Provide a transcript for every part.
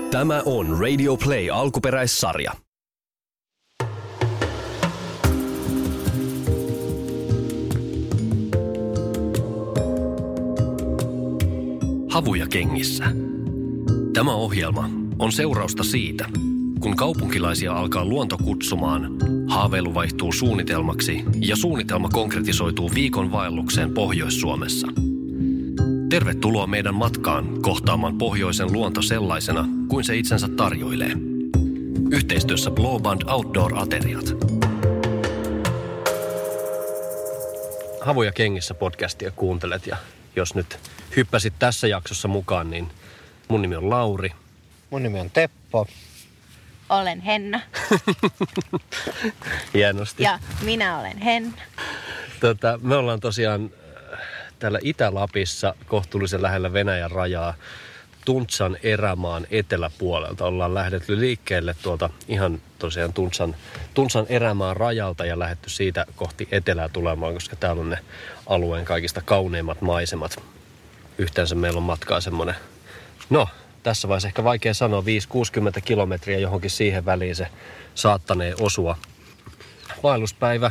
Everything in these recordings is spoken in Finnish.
Tämä on Radio Play alkuperäissarja. Havuja kengissä. Tämä ohjelma on seurausta siitä, kun kaupunkilaisia alkaa luonto kutsumaan, haaveilu vaihtuu suunnitelmaksi ja suunnitelma konkretisoituu viikon vaellukseen Pohjois-Suomessa. Tervetuloa meidän matkaan kohtaamaan pohjoisen luonto sellaisena kuin se itsensä tarjoilee. Yhteistyössä Blåband Outdoor-ateriat. Havuja kengissä podcastia kuuntelet ja jos nyt hyppäsit tässä jaksossa mukaan, niin mun nimi on Lauri. Mun nimi on Teppo. Olen Henna. Hienosti. Ja minä olen Henna. Me ollaan tosiaan täällä Itä-Lapissa kohtuullisen lähellä Venäjän rajaa Tuntsan erämaan eteläpuolelta. Ollaan lähdetty liikkeelle tuolta ihan tosiaan Tuntsan erämaan rajalta ja lähdetty siitä kohti etelää tulemaan, koska täällä on ne alueen kaikista kauneimmat maisemat. Yhteensä meillä on matkaa semmoinen, tässä vaiheessa ehkä vaikea sanoa, 5-60 kilometriä johonkin siihen väliin se saattanee osua. Vaelluspäivä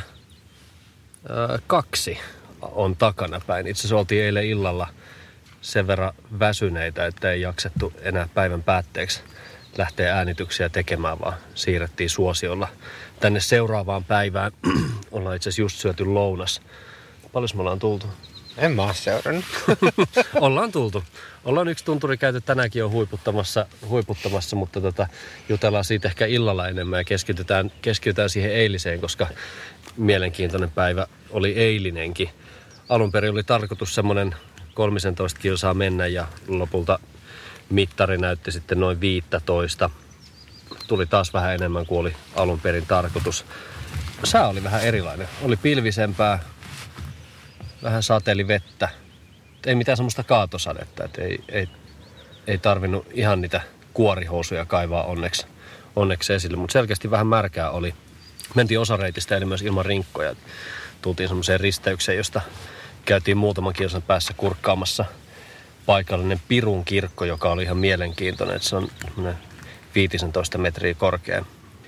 2 on takana päin. Itse asiassa oltiin eilen illalla sen verran väsyneitä, että ei jaksettu enää päivän päätteeksi lähteä äänityksiä tekemään, vaan siirrettiin suosiolla tänne seuraavaan päivään. Ollaan itse asiassa just syöty lounas. Paljon me ollaan tultu? En mä oo seurannut. Ollaan tultu. Ollaan yksi tunturi käyty tänäänkin jo huiputtamassa, mutta jutellaan siitä ehkä illalla enemmän ja keskitytään siihen eiliseen, koska mielenkiintoinen päivä oli eilinenkin. Alun perin oli tarkoitus semmoinen 13 kilsaa mennä ja lopulta mittari näytti sitten noin 15. Tuli taas vähän enemmän kuin oli alun perin tarkoitus. Sää oli vähän erilainen. Oli pilvisempää, vähän sateeli vettä. Ei mitään semmoista kaatosadetta, että ei tarvinnut ihan niitä kuorihousuja kaivaa onneksi esille, mutta selkeästi vähän märkää oli. Mentiin osareitistä eli myös ilman rinkkoja. Tultiin semmoiseen risteykseen, josta käytiin muutaman kilsan päässä kurkkaamassa paikallinen Pirun kirkko, joka oli ihan mielenkiintoinen. Että se on 15 metriä korkea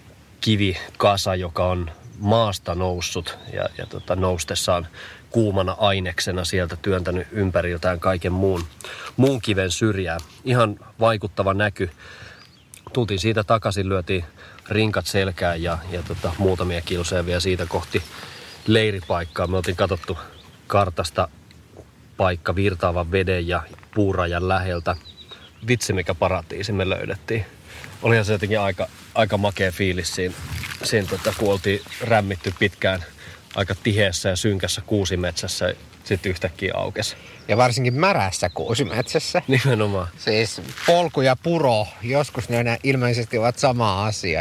kivikasa, joka on maasta noussut ja noustessaan kuumana aineksena sieltä työntänyt ympäriltään kaiken muun kiven syrjää. Ihan vaikuttava näky. Tultiin siitä takaisin, lyötiin rinkat selkään ja muutamia kilsoja vielä siitä kohti leiripaikkaa. Me oltiin katsottu kartasta paikka virtaavan veden ja puurajan läheltä. Vitsi mikä paratiisi me löydettiin. Olihan se jotenkin aika makea fiilis siinä kun oltiin rämmitty pitkään aika tiheässä ja synkässä kuusimetsässä, sitten yhtäkkiä aukesi. Ja varsinkin märässä kuusimetsässä. Nimenomaan. Siis polku ja puro, joskus ne ilmeisesti ovat sama asia.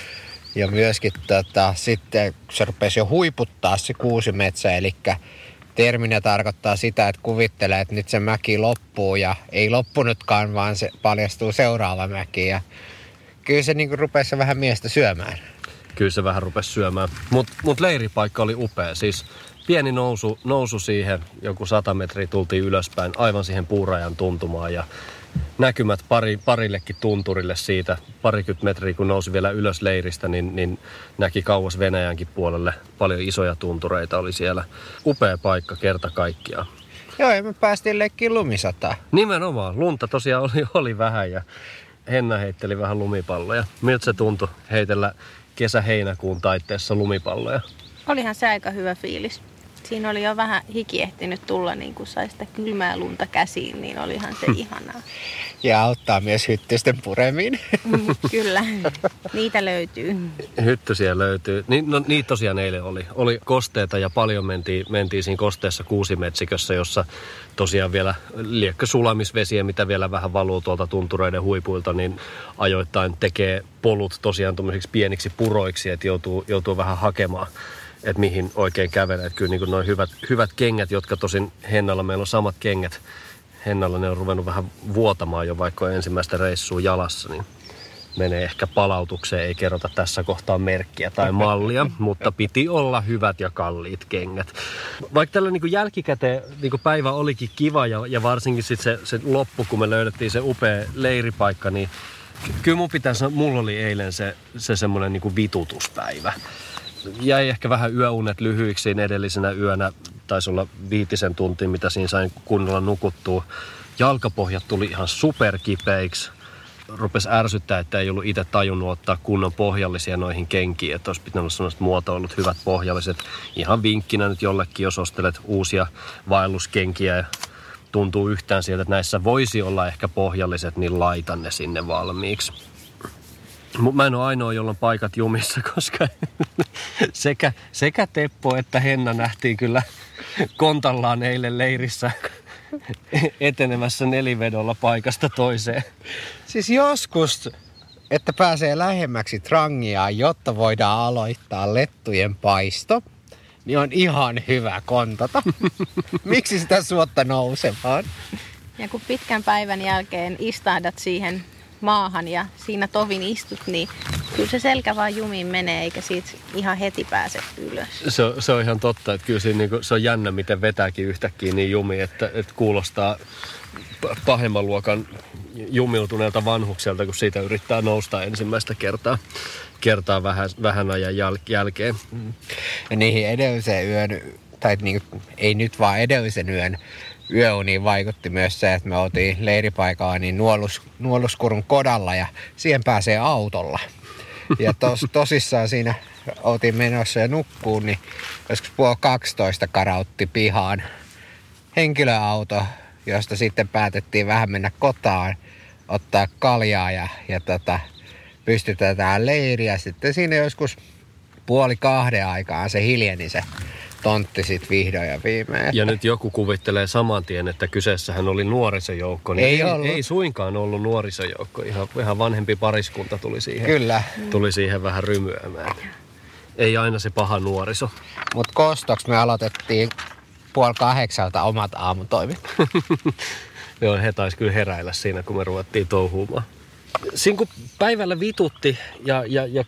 Ja myöskin sitten se rupesi jo huiputtaa se kuusimetsä, eli terminä tarkoittaa sitä, että kuvittelee, että nyt se mäki loppuu ja ei loppunutkaan, vaan se paljastuu seuraava mäki. Ja kyllä se niin rupesi vähän miestä syömään. Kyllä se vähän rupesi syömään. Mut leiripaikka oli upea. Siis pieni nousu siihen, joku 100 metriä tultiin ylöspäin, aivan siihen puurajan tuntumaan. Ja näkymät parillekin tunturille siitä, 20 metriä kun nousi vielä ylös leiristä, niin näki kauas Venäjänkin puolelle. Paljon isoja tuntureita oli siellä. Upea paikka kerta kaikkiaan. Joo, ja me päästiin leikkiin lumisataa. Nimenomaan. Lunta tosiaan oli vähän ja Henna heitteli vähän lumipalloja. Miltä se tuntui heitellä kesä-heinäkuun taitteessa lumipalloja? Olihan se aika hyvä fiilis. Siinä oli jo vähän hiki ehtinyt tulla, niin kun sai sitä kylmää lunta käsiin, niin olihan se ihanaa. Ja auttaa myös hyttysten puremiin. Kyllä, niitä löytyy. Hyttysiä löytyy. Niitä tosiaan eilen oli. Oli kosteita ja paljon mentiin siinä kosteessa kuusimetsikössä, jossa tosiaan vielä liekkö sulamisvesiä, mitä vielä vähän valuu tuolta tuntureiden huipuilta, niin ajoittain tekee polut tosiaan tuommoisiksi pieniksi puroiksi, että joutuu vähän hakemaan, että mihin oikein kävelee. Että kyllä niin nuo hyvät kengät, jotka tosin Hennalla meillä on samat kengät. Hennalla ne on ruvennut vähän vuotamaan jo, vaikka on ensimmäistä reissua jalassa, niin menee ehkä palautukseen. Ei kerrota tässä kohtaa merkkiä tai mallia, mutta piti olla hyvät ja kalliit kengät. Vaikka tällä niin jälkikäteen niin päivä olikin kiva ja varsinkin sitten se loppu, kun me löydettiin se upea leiripaikka, niin Kyllä mun pitää sanoa, mulla oli eilen se semmoinen niin kuin vitutuspäivä. Jäi ehkä vähän yöunet lyhyiksi siinä edellisenä yönä. Taisi olla 5 tuntia, mitä siinä sain kunnolla nukuttua. Jalkapohjat tuli ihan superkipeiksi. Rupesi ärsyttää, että ei ollut itse tajunnut ottaa kunnon pohjallisia noihin kenkiin. Että olisi pitänyt olla sellaiset muotoilut hyvät pohjalliset. Ihan vinkkinä nyt jollekin, jos ostelet uusia vaelluskenkiä ja tuntuu yhtään sieltä, että näissä voisi olla ehkä pohjalliset, niin laitan ne sinne valmiiksi. Mutta mä en ole ainoa, jolla on paikat jumissa, koska sekä Teppo että Henna nähtiin kyllä kontallaan eilen leirissä etenemässä nelivedolla paikasta toiseen. Siis joskus, että pääsee lähemmäksi trangiaa, jotta voidaan aloittaa lettujen paisto, niin on ihan hyvä kontata. Miksi sitä suotta nousemaan? Ja kun pitkän päivän jälkeen istahdat siihen maahan ja siinä tovin istut, niin kyllä se selkä vaan jumiin menee, eikä siitä ihan heti pääse ylös. Se on ihan totta, että kyllä siinä niinku, se on jännä, miten vetääkin yhtäkkiä niin jumi, että kuulostaa pahemman luokan jumiutuneelta vanhukselta, kun siitä yrittää nousta ensimmäistä kertaa vähän ajan jälkeen. Ja niihin edellisen yön, tai niinku, ei nyt vaan edellisen yön yöuniin vaikutti myös se, että me oltiin leiripaikalla niin Nuoluskurun kodalla ja siihen pääsee autolla. Ja tosissaan siinä oltiin menossa ja nukkuun, niin joskus 11:30 karautti pihaan henkilöauto, josta sitten päätettiin vähän mennä kotaan, ottaa kaljaa ja pystytetään leiriä. Sitten siinä joskus 1:30 aikaan se hiljeni se tontti sit vihdoin ja viimein. Ja nyt joku kuvittelee saman tien, että kyseessähän oli nuorisojoukko. Niin ei suinkaan ollut nuorisojoukko. Ihan vanhempi pariskunta tuli siihen. Kyllä. Tuli siihen vähän rymyämään. Ei aina se paha nuoriso. Mut kostoksi me aloitettiin 7:30 omat aamutoimit. Joo, he taisi kyllä heräillä siinä, kun me ruvettiin touhuumaan. Siinä kun päivällä vitutti ja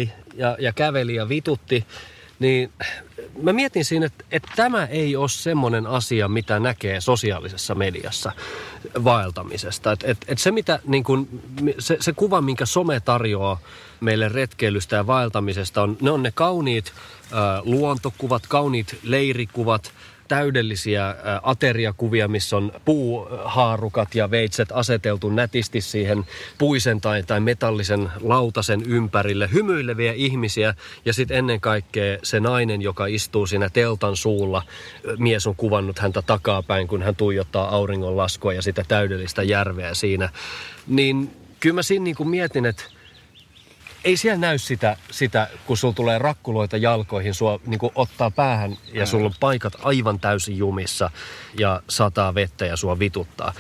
käveli ja vitutti, niin mä mietin siinä, että tämä ei ole semmoinen asia, mitä näkee sosiaalisessa mediassa vaeltamisesta. Et se, mitä, niin kun, se kuva, minkä some tarjoaa meille retkeilystä ja vaeltamisesta, ne kauniit luontokuvat, kauniit leirikuvat, täydellisiä ateriakuvia, missä on puuhaarukat ja veitset aseteltu nätisti siihen puisen tai metallisen lautasen ympärille. Hymyileviä ihmisiä ja sitten ennen kaikkea se nainen, joka istuu siinä teltan suulla. Mies on kuvannut häntä takapäin, kun hän tuijottaa auringonlaskua ja sitä täydellistä järveä siinä. Niin kyllä mä siinä niin kuin mietin, että ei siellä näy sitä, kun sulla tulee rakkuloita jalkoihin, sua niin kuin ottaa päähän ja sulla on paikat aivan täysin jumissa ja sataa vettä ja sua vituttaa.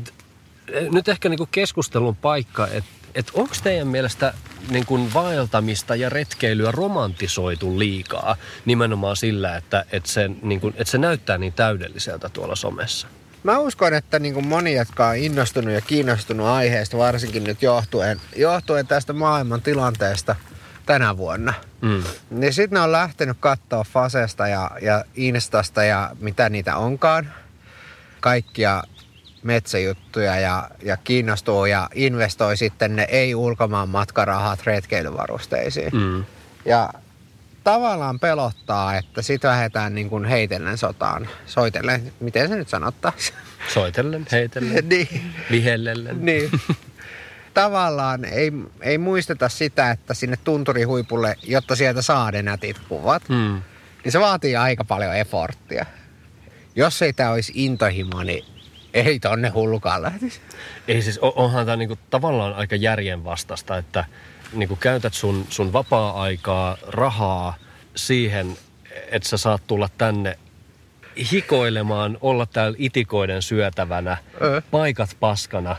Nyt ehkä niin kuin keskustelun paikka, että onko teidän mielestä niin kuin vaeltamista ja retkeilyä romantisoitu liikaa nimenomaan sillä, että se näyttää niin täydelliseltä tuolla somessa? Mä uskon, että niin kuin moni, jotka on innostunut ja kiinnostunut aiheesta, varsinkin nyt johtuen tästä maailman tilanteesta tänä vuonna, niin sitten ne on lähtenyt katsoa Fasesta ja Instasta ja mitä niitä onkaan. Kaikkia metsäjuttuja ja kiinnostuu ja investoi sitten ne ei-ulkomaan matkarahat retkeilyvarusteisiin. Ja tavallaan pelottaa, että sit lähdetään niin kuin heitellen sotaan. Soitellen, miten se nyt sanottaisi? Soitellen, heitellen, niin. vihellellen. Niin. Tavallaan ei muisteta sitä, että sinne tunturihuipulle, jotta sieltä saa ne nätit kuvat, niin se vaatii aika paljon efforttia. Jos ei tää olisi intohimo, niin ei tonne hullukaan lähtisi. Ei siis, onhan tää niinku tavallaan aika järjenvastaista, että niinku käytät sun vapaa-aikaa, rahaa siihen, että sä saat tulla tänne hikoilemaan, olla täällä itikoiden syötävänä, paikat paskana.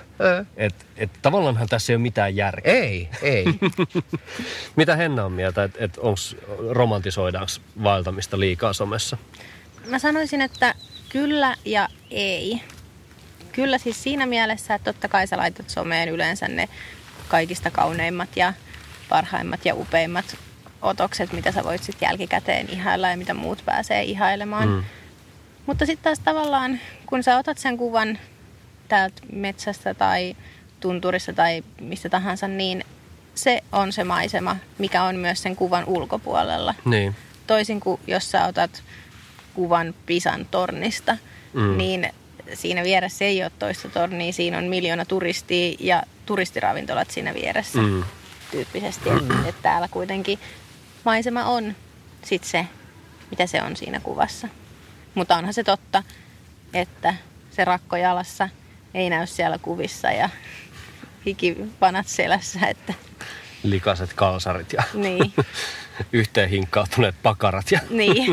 Et tavallaanhan tässä ei ole mitään järkeä. Ei. Mitä Henna on mieltä, että romantisoidaanko vaeltamista liikaa somessa? Mä sanoisin, että kyllä ja ei. Kyllä siis siinä mielessä, että totta kai sä laitat someen yleensä ne kaikista kauneimmat ja parhaimmat ja upeimmat otokset, mitä sä voit sitten jälkikäteen ihailla ja mitä muut pääsee ihailemaan. Mutta sitten taas tavallaan, kun sä otat sen kuvan täältä metsästä tai tunturissa tai mistä tahansa, niin se on se maisema, mikä on myös sen kuvan ulkopuolella. Niin. Toisin kuin jos sä otat kuvan Pisan tornista, niin siinä vieressä ei ole toista tornia, siinä on 1 miljoona turistia ja turistiravintolat siinä vieressä tyyppisesti. Että täällä kuitenkin maisema on sit se, mitä se on siinä kuvassa. Mutta onhan se totta, että se rakko jalassa ei näy siellä kuvissa ja hikivanat selässä. Että... Likaset kalsarit ja niin. yhteen hinkkautuneet pakarat. Ja niin.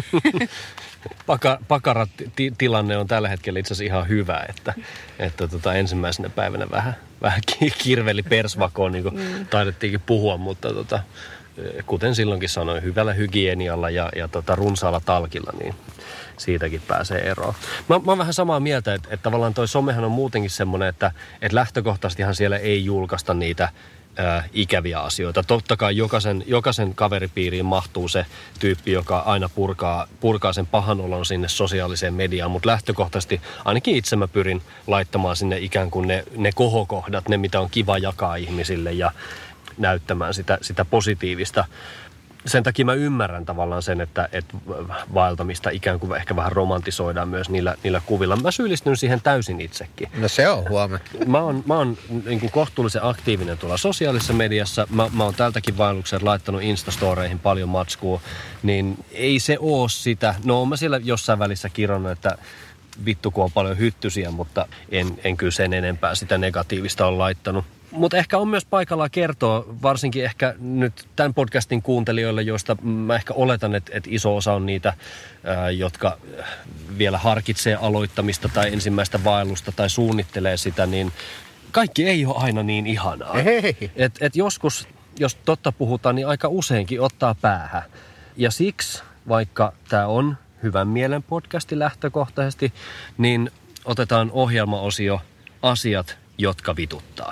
Pakaratilanne on tällä hetkellä itse asiassa ihan hyvä, että ensimmäisenä päivänä vähän kirveli persvakoon, niin kuin taidettiinkin puhua, mutta kuten silloinkin sanoin, hyvällä hygienialla ja runsaalla talkilla, niin siitäkin pääsee eroon. Mä oon vähän samaa mieltä, että tavallaan toi somehan on muutenkin semmoinen, että lähtökohtaisestihan siellä ei julkaista niitä ikäviä asioita. Totta kai jokaisen kaveripiiriin mahtuu se tyyppi, joka aina purkaa sen pahan olon sinne sosiaaliseen mediaan, mutta lähtökohtaisesti ainakin itse mä pyrin laittamaan sinne ikään kuin ne kohokohdat, ne mitä on kiva jakaa ihmisille ja näyttämään sitä positiivista. Sen takia mä ymmärrän tavallaan sen, että vaeltamista ikään kuin ehkä vähän romantisoidaan myös niillä kuvilla. Mä syyllistyn siihen täysin itsekin. No se on huomattu. Mä oon niin kuin kohtuullisen aktiivinen tuolla sosiaalisessa mediassa. Mä oon tältäkin vaelluksen laittanut Instastoreihin paljon matskua, niin ei se oo sitä. No oon mä siellä jossain välissä kirjannut, että vittu kun on paljon hyttysiä, mutta en kyllä sen enempää sitä negatiivista ole laittanut. Mutta ehkä on myös paikallaan kertoa, varsinkin ehkä nyt tämän podcastin kuuntelijoille, joista mä ehkä oletan, että iso osa on niitä, jotka vielä harkitsee aloittamista tai ensimmäistä vaellusta tai suunnittelee sitä, niin kaikki ei ole aina niin ihanaa. Et joskus, jos totta puhutaan, niin aika useinkin ottaa päähän. Ja siksi, vaikka tämä on Hyvän mielen podcasti lähtökohtaisesti, niin otetaan ohjelmaosio asiat, jotka vituttaa.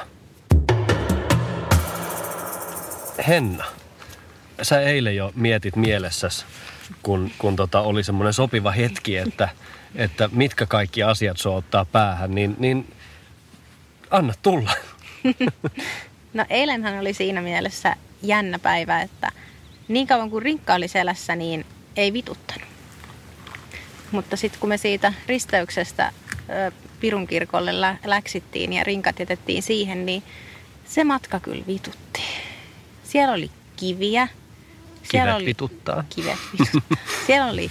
Henna, sä eilen jo mietit mielessäsi, kun oli semmoinen sopiva hetki, että mitkä kaikki asiat sua ottaa päähän, niin anna tulla. No eilenhän oli siinä mielessä jännä päivä, että niin kauan kuin rinkka oli selässä, niin ei vituttanut. Mutta sitten kun me siitä risteyksestä Pirun kirkolle läksittiin ja rinkat jätettiin siihen, niin se matka kyllä vitutti. Siellä oli kiviä. Kivet vituttaa. Siellä oli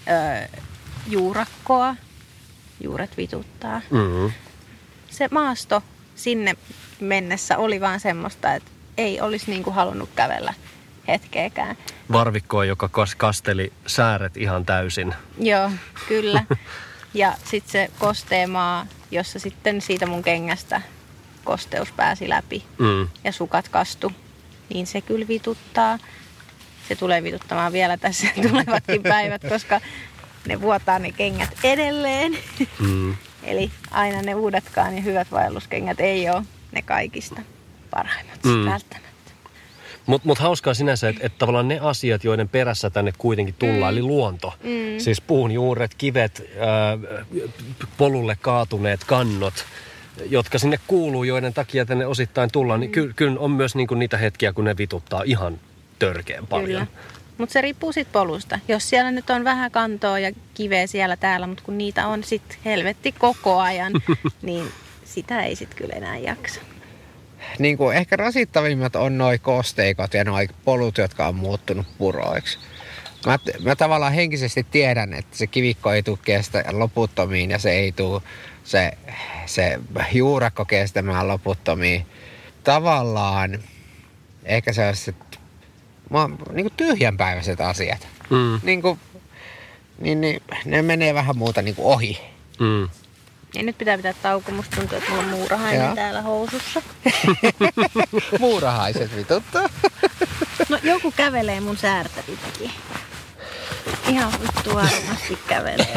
juurakkoa. Juuret vituttaa. Mm-hmm. Se maasto sinne mennessä oli vaan semmoista, että ei olisi niin kuin halunnut kävellä hetkeäkään. Varvikkoa, joka kasteli sääret ihan täysin. Joo, kyllä. Ja sitten se kosteemaa, jossa sitten siitä mun kengästä kosteus pääsi läpi ja sukat kastu, niin se kyllä vituttaa. Se tulee vituttamaan vielä tässä tulevatkin päivät, koska ne vuotaa ne kengät edelleen. Eli aina ne uudetkaan ja hyvät vaelluskengät ei ole ne kaikista parhaimmat välttämättä. Mutta hauskaa sinänsä, että tavallaan ne asiat, joiden perässä tänne kuitenkin tullaan, eli luonto. Siis puun juuret, kivet, polulle kaatuneet kannot, jotka sinne kuuluu, joiden takia tänne osittain tullaan, niin kyllä on myös niinku niitä hetkiä, kun ne vituttaa ihan törkeän paljon. Mutta se riippuu sitten polusta. Jos siellä nyt on vähän kantoa ja kiveä siellä täällä, mutta kun niitä on sitten helvetti koko ajan, niin sitä ei sitten kyllä enää jaksa. Niin kuin ehkä rasittavimmat on noi kosteikot ja noi polut, jotka on muuttunut puroiksi. Mä tavallaan henkisesti tiedän, että se kivikko ei tule kestä loputtomiin ja se ei tule se juurakko kestämään loputtomiin. Tavallaan ehkä sellaiset niin kuin tyhjänpäiväiset asiat. Niin ne menee vähän muuta niin kuin ohi. Ja nyt pitää tauko. Musta tuntuu, että mulla on muurahainen täällä housussa. Muurahaiset vituttaa. No joku kävelee mun säärtä pitkin. Ihan vittu varmasti kävelee.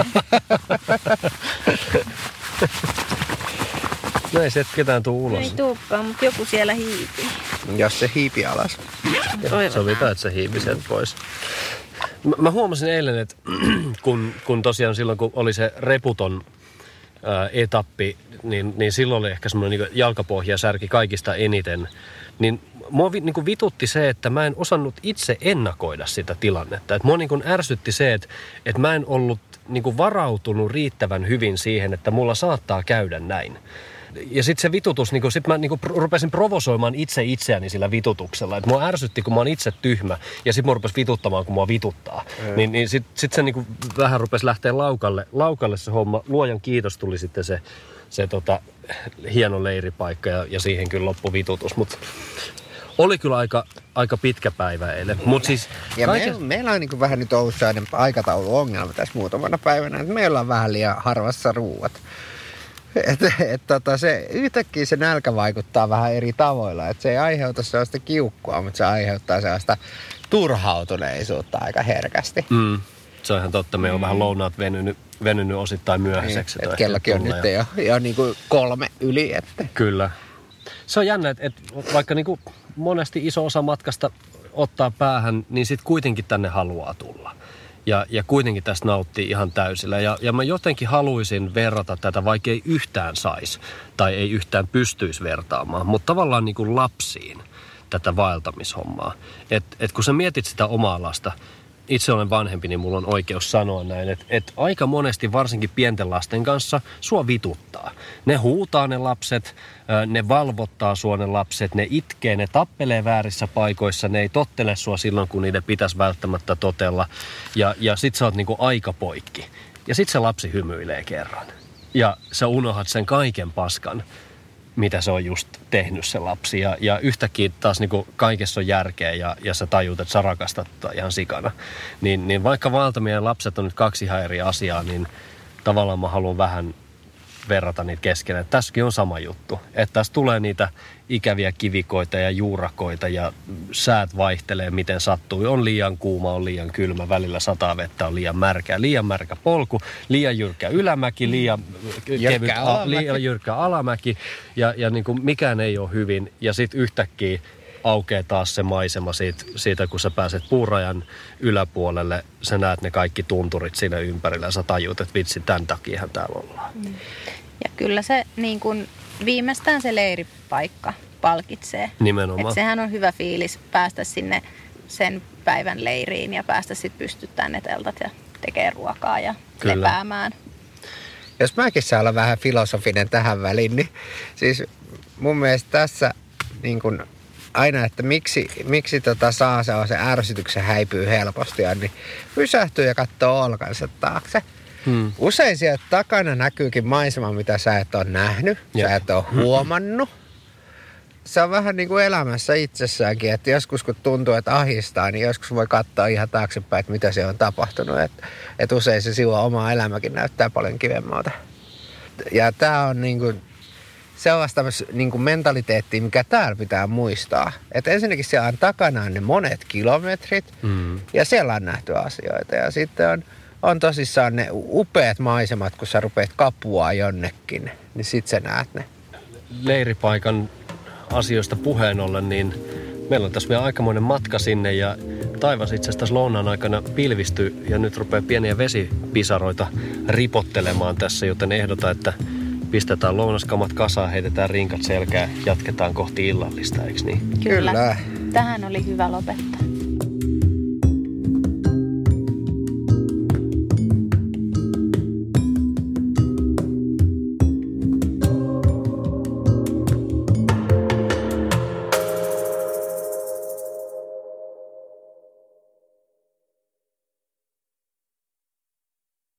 No ei se ketään tuu ulos. Ei tuukaan, mutta joku siellä hiipii. Jos se hiipi alas. Sovitaan, että se hiipi sieltä pois. Mä huomasin eilen, että kun tosiaan silloin kun oli se reputon etappi, niin silloin oli ehkä semmoinen niin jalkapohja särki kaikista eniten. Niin mua niin kuin vitutti se, että mä en osannut itse ennakoida sitä tilannetta. Et mua niin kuin ärsytti se, että mä en ollut niin kuin varautunut riittävän hyvin siihen, että mulla saattaa käydä näin. Ja sitten se vitutus, niin sit mä niin rupesin provosoimaan itseäni sillä vitutuksella. Että mua ärsytti, kun mä oon itse tyhmä, ja sitten mua rupesi vituttamaan, kun mua vituttaa. Niin sit se niin vähän rupesi lähteä laukalle se homma. Luojan kiitos tuli sitten se hieno leiripaikka, ja siihen kyllä loppui vitutus. Mutta oli kyllä aika pitkä päivä eilen. Mut siis meillä on niin vähän nyt ollut sellainen aikatauluongelma tässä muutamana päivänä, että meillä on vähän liian harvassa ruuat. Se yhtäkkiä se nälkä vaikuttaa vähän eri tavoilla. Että se ei aiheuta sellaista kiukkua, mutta se aiheuttaa sellaista turhautuneisuutta aika herkästi. Se on ihan totta. Me on vähän lounaat venynyt osittain myöhäiseksi. Että kellokin on nyt jo niin kuin 3 yli. Että. Kyllä. Se on jännä, että vaikka niin kuin monesti iso osa matkasta ottaa päähän, niin sitten kuitenkin tänne haluaa tulla. Ja kuitenkin tästä nauttii ihan täysillä. Ja mä jotenkin haluaisin verrata tätä, vaikka ei yhtään saisi tai ei yhtään pystyisi vertaamaan, mutta tavallaan niin kuin lapsiin tätä vaeltamishommaa. Et kun sä mietit sitä omaa lasta, itse olen vanhempi, niin mulla on oikeus sanoa näin, että aika monesti varsinkin pienten lasten kanssa sua vituttaa. Ne huutaa ne lapset, ne valvottaa sua ne lapset, ne itkee, ne tappelee väärissä paikoissa, ne ei tottele sua silloin, kun niiden pitäisi välttämättä totella. Ja sit sä oot niinku aika poikki. Ja sit se lapsi hymyilee kerran. Ja sä unohdat sen kaiken paskan, mitä se on just tehnyt se lapsi. Ja yhtäkkiä taas niinku kaikessa on järkeä ja sä tajut, että sä rakastat ihan sikana. Niin vaikka vaeltamien lapset on nyt 2 ihan eri asiaa, niin tavallaan mä haluan vähän verrata niitä keskenään. Tässäkin on sama juttu. Että tässä tulee niitä ikäviä kivikoita ja juurakoita ja säät vaihtelee miten sattuu. On liian kuuma, on liian kylmä, välillä sataa vettä, on liian märkä polku, liian jyrkkä ylämäki, liian jyrkkä alamäki ja niin kuin mikään ei ole hyvin. Ja sitten yhtäkkiä aukeaa taas se maisema siitä, kun sä pääset puurajan yläpuolelle, sä näet ne kaikki tunturit siinä ympärillä ja sä tajut, että vitsi, tämän takiahan täällä ollaan. Ja kyllä se niin kun, viimeistään se leiripaikka palkitsee. Nimenomaan. Et sehän on hyvä fiilis päästä sinne sen päivän leiriin ja päästä sitten pystyttämään ne teltat ja tekee ruokaa ja lepäämään. Jos mäkin saa olla vähän filosofinen tähän väliin, niin siis mun mielestä tässä niin kun aina, että miksi saa se ärsytyksen häipyy helposti, niin pysähtyy ja katsoo olkansa taakse. Usein sieltä takana näkyykin maisema, mitä sä et ole nähnyt, sä et ole huomannut. Se on vähän niin kuin elämässä itsessäänkin, että joskus kun tuntuu, että ahistaa, niin joskus voi katsoa ihan taaksepäin, että mitä se on tapahtunut. Että usein se silloin oma elämäkin näyttää paljon kivemmalta. Ja tää on niin kuin se on vasta niin kuin mentaliteetti, mikä täällä pitää muistaa. Että ensinnäkin siellä on takanaan ne monet kilometrit ja siellä on nähty asioita. Ja sitten on tosissaan ne upeat maisemat, kun sä rupeat kapua jonnekin, niin sit sä näet ne. Leiripaikan asioista puheen ollen, niin meillä on tässä vielä aikamoinen matka sinne ja taivas itse asiassa lounaan aikana pilvistyi ja nyt rupeaa pieniä vesipisaroita ripottelemaan tässä, joten ehdotan, että pistetään lounaskamat kasaan, heitetään rinkat selkään, jatketaan kohti illallista, eikö niin? Kyllä. Tähän oli hyvä lopettaa.